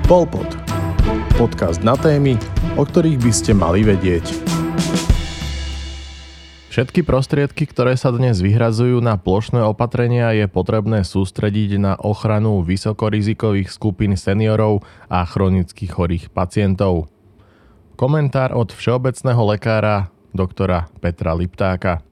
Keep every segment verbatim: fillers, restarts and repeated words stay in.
Polpod. Podcast na témy, o ktorých by ste mali vedieť. Všetky prostriedky, ktoré sa dnes vyhradzujú na plošné opatrenia, je potrebné sústrediť na ochranu vysokorizikových skupín seniorov a chronických chorých pacientov. Komentár od všeobecného lekára doktora Petra Liptáka.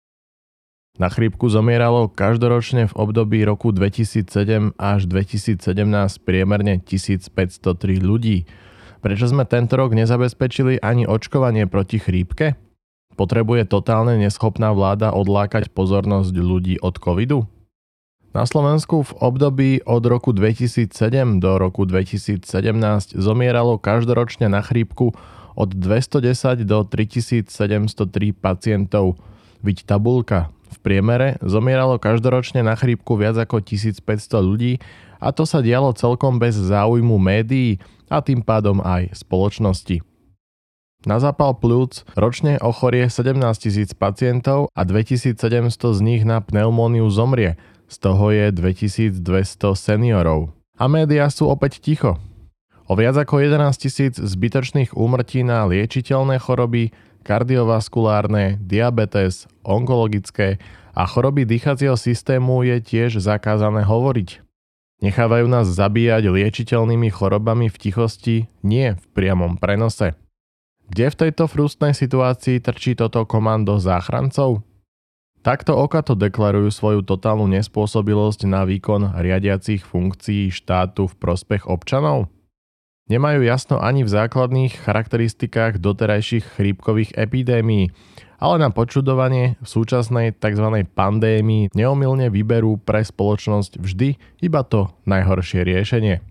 Na chrípku zomieralo každoročne v období roku dvetisícsedem až dvetisícsedemnásť priemerne tisícpäťstotri ľudí. Prečo sme tento rok nezabezpečili ani očkovanie proti chrípke? Potrebuje totálne neschopná vláda odlákať pozornosť ľudí od covidu? Na Slovensku v období od roku dvetisícsedem do roku dvetisícsedemnásť zomieralo každoročne na chrípku od dvestodesať do tritisícsedemstotri pacientov. Vidť tabuľka. V priemere zomieralo každoročne na chrípku viac ako tisícpäťsto ľudí a to sa dialo celkom bez záujmu médií a tým pádom aj spoločnosti. Na zápal pľúc ročne ochorie sedemnásťtisíc pacientov a dvetisícsedemsto z nich na pneumóniu zomrie, z toho je dvetisícdvesto seniorov. A médiá sú opäť ticho. O viac ako jedenásťtisíc zbytočných úmrtí na liečiteľné choroby, kardiovaskulárne, diabetes, onkologické a choroby dýchacieho systému je tiež zakázané hovoriť. Nechávajú nás zabíjať liečiteľnými chorobami v tichosti, nie v priamom prenose. Kde v tejto frustnej situácii trčí toto komando záchrancov? Takto okato deklarujú svoju totálnu nespôsobilosť na výkon riadiacich funkcií štátu v prospech občanov? Nemajú jasno ani v základných charakteristikách doterajších chrípkových epidémií, ale na počudovanie v súčasnej tzv. Pandémii neomylne vyberú pre spoločnosť vždy iba to najhoršie riešenie.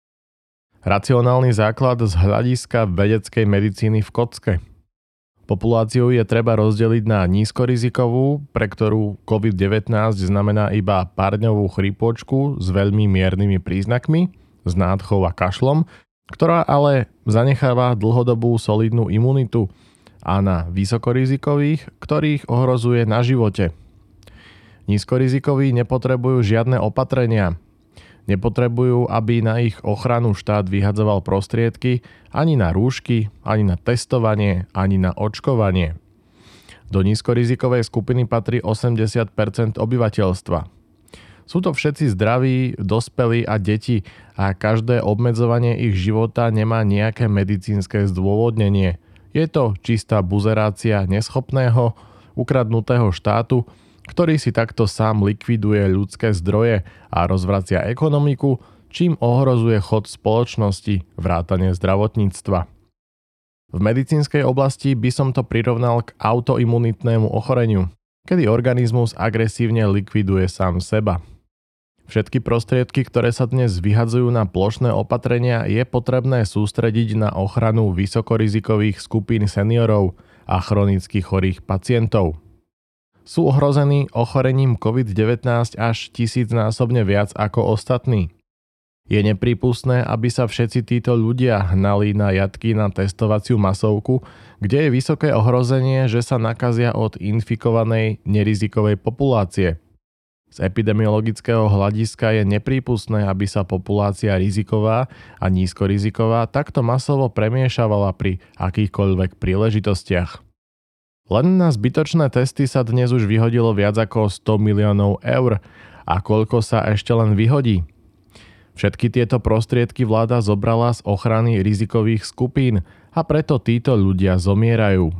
Racionálny základ z hľadiska vedeckej medicíny v kocke. Populáciu je treba rozdeliť na nízkorizikovú, pre ktorú covid devätnásť znamená iba párňovú chrípočku s veľmi miernymi príznakmi, s nádchou a kašlom, ktorá ale zanecháva dlhodobú solidnú imunitu, a na vysokorizikových, ktorých ohrozuje na živote. Nízkorizikoví nepotrebujú žiadne opatrenia. Nepotrebujú, aby na ich ochranu štát vyhadzoval prostriedky ani na rúšky, ani na testovanie, ani na očkovanie. Do nízkorizikovej skupiny patrí osemdesiat percent obyvateľstva. Sú to všetci zdraví, dospelí a deti a každé obmedzovanie ich života nemá nejaké medicínske zdôvodnenie. Je to čistá buzerácia neschopného, ukradnutého štátu, ktorý si takto sám likviduje ľudské zdroje a rozvracia ekonomiku, čím ohrozuje chod spoločnosti, vrátane zdravotníctva. V medicínskej oblasti by som to prirovnal k autoimunitnému ochoreniu, kedy organizmus agresívne likviduje sám seba. Všetky prostriedky, ktoré sa dnes vyhadzujú na plošné opatrenia, je potrebné sústrediť na ochranu vysokorizikových skupín seniorov a chronických chorých pacientov. Sú ohrození ochorením covid devätnásť až tisícnásobne viac ako ostatní. Je neprípustné, aby sa všetci títo ľudia hnali na jatky na testovaciu masovku, kde je vysoké ohrozenie, že sa nakazia od infikovanej nerizikovej populácie. Z epidemiologického hľadiska je neprípustné, aby sa populácia riziková a nízkoriziková takto masovo premiešavala pri akýchkoľvek príležitostiach. Len na zbytočné testy sa dnes už vyhodilo viac ako sto miliónov eur. A koľko sa ešte len vyhodí? Všetky tieto prostriedky vláda zobrala z ochrany rizikových skupín a preto títo ľudia zomierajú.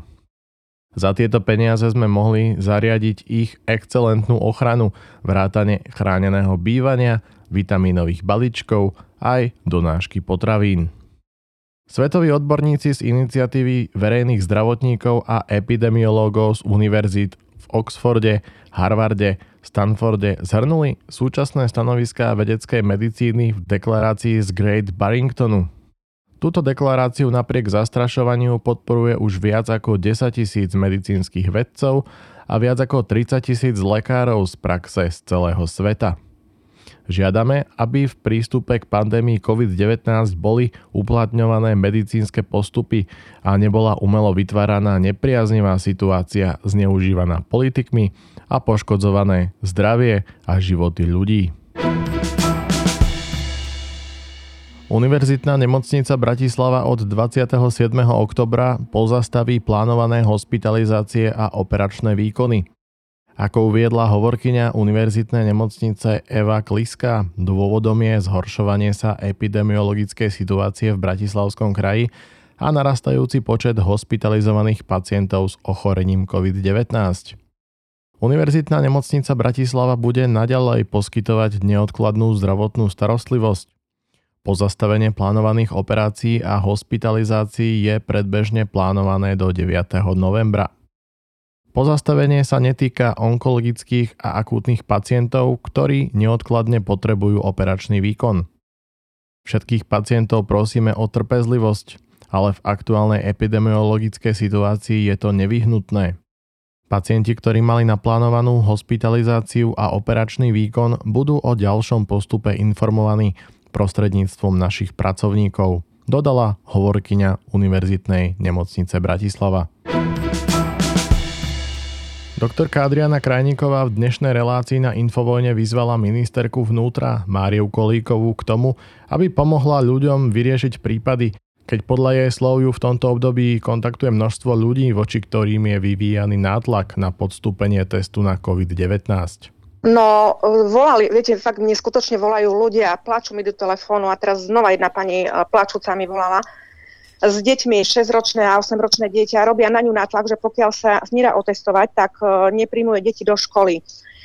Za tieto peniaze sme mohli zariadiť ich excelentnú ochranu, vrátane chráneného bývania, vitamínových balíčkov aj donášky potravín. Svetoví odborníci z iniciatívy verejných zdravotníkov a epidemiológov z univerzít v Oxforde, Harvarde, Stanforde zhrnuli súčasné stanoviská vedeckej medicíny v deklarácii z Great Barringtonu. Túto deklaráciu napriek zastrašovaniu podporuje už viac ako desaťtisíc medicínskych vedcov a viac ako tridsaťtisíc lekárov z praxe z celého sveta. Žiadame, aby v prístupe k pandémii covid devätnásť boli uplatňované medicínske postupy a nebola umelo vytváraná nepriaznivá situácia zneužívaná politikmi a poškodzované zdravie a životy ľudí. Univerzitná nemocnica Bratislava od dvadsiateho siedmeho októbra pozastaví plánované hospitalizácie a operačné výkony. Ako uviedla hovorkyňa univerzitnej nemocnice Eva Kliska, dôvodom je zhoršovanie sa epidemiologickej situácie v Bratislavskom kraji a narastajúci počet hospitalizovaných pacientov s ochorením covid devätnásť. Univerzitná nemocnica Bratislava bude naďalej poskytovať neodkladnú zdravotnú starostlivosť. Pozastavenie plánovaných operácií a hospitalizácií je predbežne plánované do deviateho novembra. Pozastavenie sa netýka onkologických a akútnych pacientov, ktorí neodkladne potrebujú operačný výkon. Všetkých pacientov prosíme o trpezlivosť, ale v aktuálnej epidemiologickej situácii je to nevyhnutné. Pacienti, ktorí mali naplánovanú hospitalizáciu a operačný výkon, budú o ďalšom postupe informovaní prostredníctvom našich pracovníkov, dodala hovorkyňa Univerzitnej nemocnice Bratislava. Doktorka Adriana Krajníková v dnešnej relácii na Infovojne vyzvala ministerku vnútra Máriu Kolíkovú k tomu, aby pomohla ľuďom vyriešiť prípady, keď podľa jej slov ju v tomto období kontaktuje množstvo ľudí, voči ktorým je vyvíjaný nátlak na podstúpenie testu na covid devätnásť. No, volali, viete, fakt mne skutočne volajú ľudia, plačú mi do telefónu a teraz znova jedna pani plačúca mi volala s deťmi, šesťročné a osemročné dieťa, robia na ňu nátlak, že pokiaľ sa nedá otestovať, tak nepríjmuje deti do školy.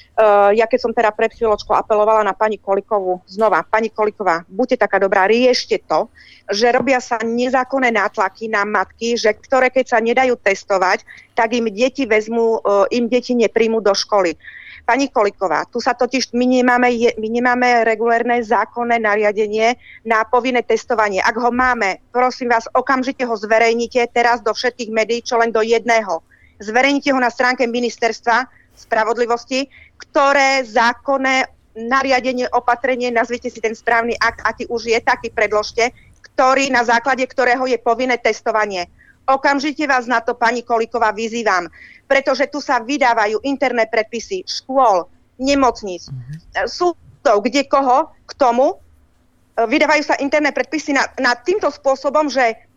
Ja keď som teda pred chvíľočkou apelovala na pani Kolíkovú, znova, pani Kolíková, buďte taká dobrá, riešte to, že robia sa nezákonné nátlaky na matky, že ktoré keď sa nedajú testovať, tak im deti vezmú, im deti nepríjmu do školy. Pani Kolíková, tu sa totiž my nemáme, my nemáme regulérne zákonné nariadenie na povinné testovanie. Ak ho máme, prosím vás, okamžite ho zverejnite teraz do všetkých médií, čo len do jedného. Zverejnite ho na stránke Ministerstva spravodlivosti, ktoré zákonné nariadenie, opatrenie, nazvite si ten správny akt, aký už je, taký predložte, ktorý, na základe ktorého je povinné testovanie. Okamžite vás na to, pani Kolíková, vyzývam, pretože tu sa vydávajú interné predpisy škôl, nemocníc, mm-hmm. súdov, kde koho k tomu. Vydávajú sa interné predpisy na, na týmto spôsobom, že e,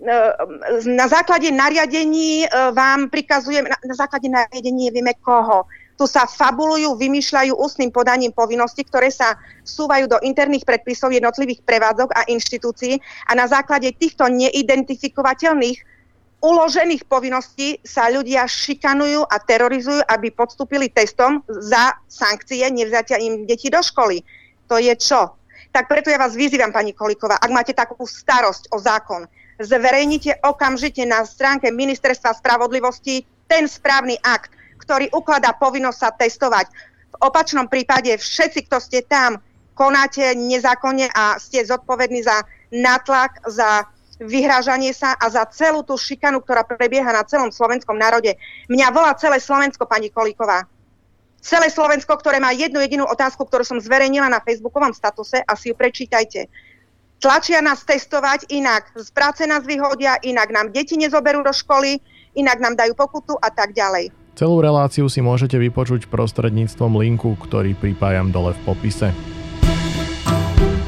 na základe nariadení e, vám prikazujem, na, na základe nariadení vieme koho. Tu sa fabulujú, vymýšľajú ústnym podaním povinnosti, ktoré sa vsúvajú do interných predpisov jednotlivých prevádzok a inštitúcií a na základe týchto neidentifikovateľných uložených povinností sa ľudia šikanujú a terorizujú, aby podstúpili testom za sankcie nevzatia im detí do školy. To je čo? Tak preto ja vás vyzývam, pani Kolíková, ak máte takú starosť o zákon, zverejnite okamžite na stránke Ministerstva spravodlivosti ten správny akt, ktorý ukladá povinnosť sa testovať. V opačnom prípade všetci, kto ste tam, konáte nezákonne a ste zodpovední za nátlak, za vyhrážanie sa a za celú tú šikanu, ktorá prebieha na celom slovenskom národe. Mňa volá celé Slovensko, pani Kolíková. Celé Slovensko, ktoré má jednu jedinú otázku, ktorú som zverejnila na facebookovom statuse a si ju prečítajte. Tlačia nás testovať, inak z práce nás vyhodia, inak nám deti nezoberú do školy, inak nám dajú pokutu a tak ďalej. Celú reláciu si môžete vypočuť prostredníctvom linku, ktorý pripájam dole v popise.